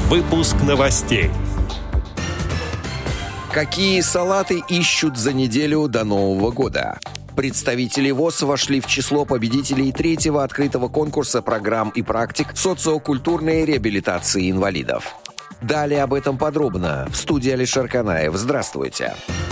Выпуск новостей. Какие салаты ищут за неделю до Нового года? Представители ВОС вошли в число победителей третьего открытого конкурса программ и практик социокультурной реабилитации инвалидов. Далее об этом подробно. В студии Алишер Канаев. Здравствуйте.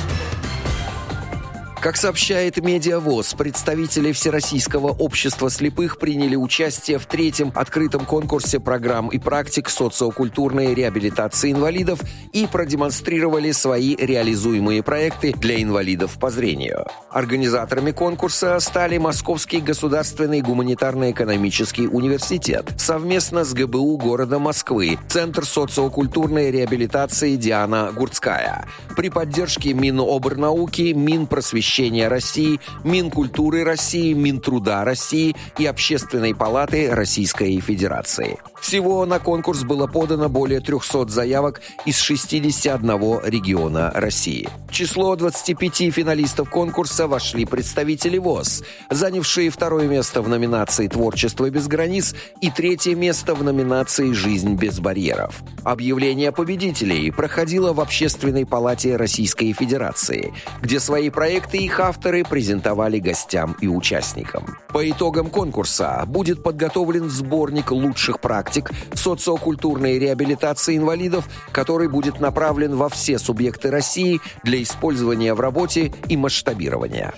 Как сообщает Медиавоз, представители Всероссийского общества слепых приняли участие в третьем открытом конкурсе программ и практик социокультурной реабилитации инвалидов и продемонстрировали свои реализуемые проекты для инвалидов по зрению. Организаторами конкурса стали Московский государственный гуманитарно-экономический университет совместно с ГБУ города Москвы, Центр социокультурной реабилитации «Диана Гурцкая», при поддержке Минобрнауки, Минпросвещения России, Минкультуры России, Минтруда России и Общественной палаты Российской Федерации. Всего на конкурс было подано более 300 заявок из 61 региона России. В число 25 финалистов конкурса вошли представители ВОС, занявшие второе место в номинации «Творчество без границ» и третье место в номинации «Жизнь без барьеров». Объявление победителей проходило в Общественной палате Российской Федерации, где свои проекты их авторы презентовали гостям и участникам. По итогам конкурса будет подготовлен сборник лучших практик социокультурной реабилитации инвалидов, который будет направлен во все субъекты России для использования в работе и масштабирования.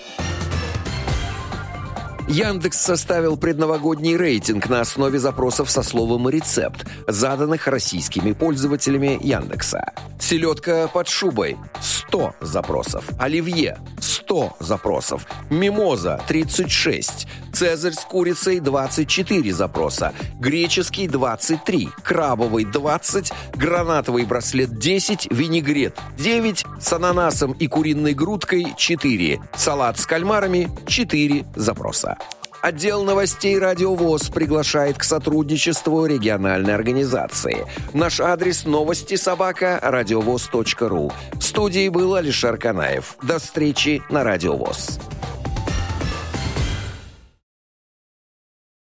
Яндекс составил предновогодний рейтинг на основе запросов со словом «рецепт», заданных российскими пользователями Яндекса. Селедка под шубой – 100 запросов. Оливье – 100 запросов. Мимоза – 36. Цезарь с курицей – 24 запроса. Греческий – 23. Крабовый – 20. Гранатовый браслет – 10. Винегрет – 9. С ананасом и куриной грудкой – 4. Салат с кальмарами – 4 запроса. Отдел новостей «Радио ВОС» приглашает к сотрудничеству региональной организации. Наш адрес новости@радиовоз.ру. В студии был Алишер Канаев. До встречи на «Радио ВОС».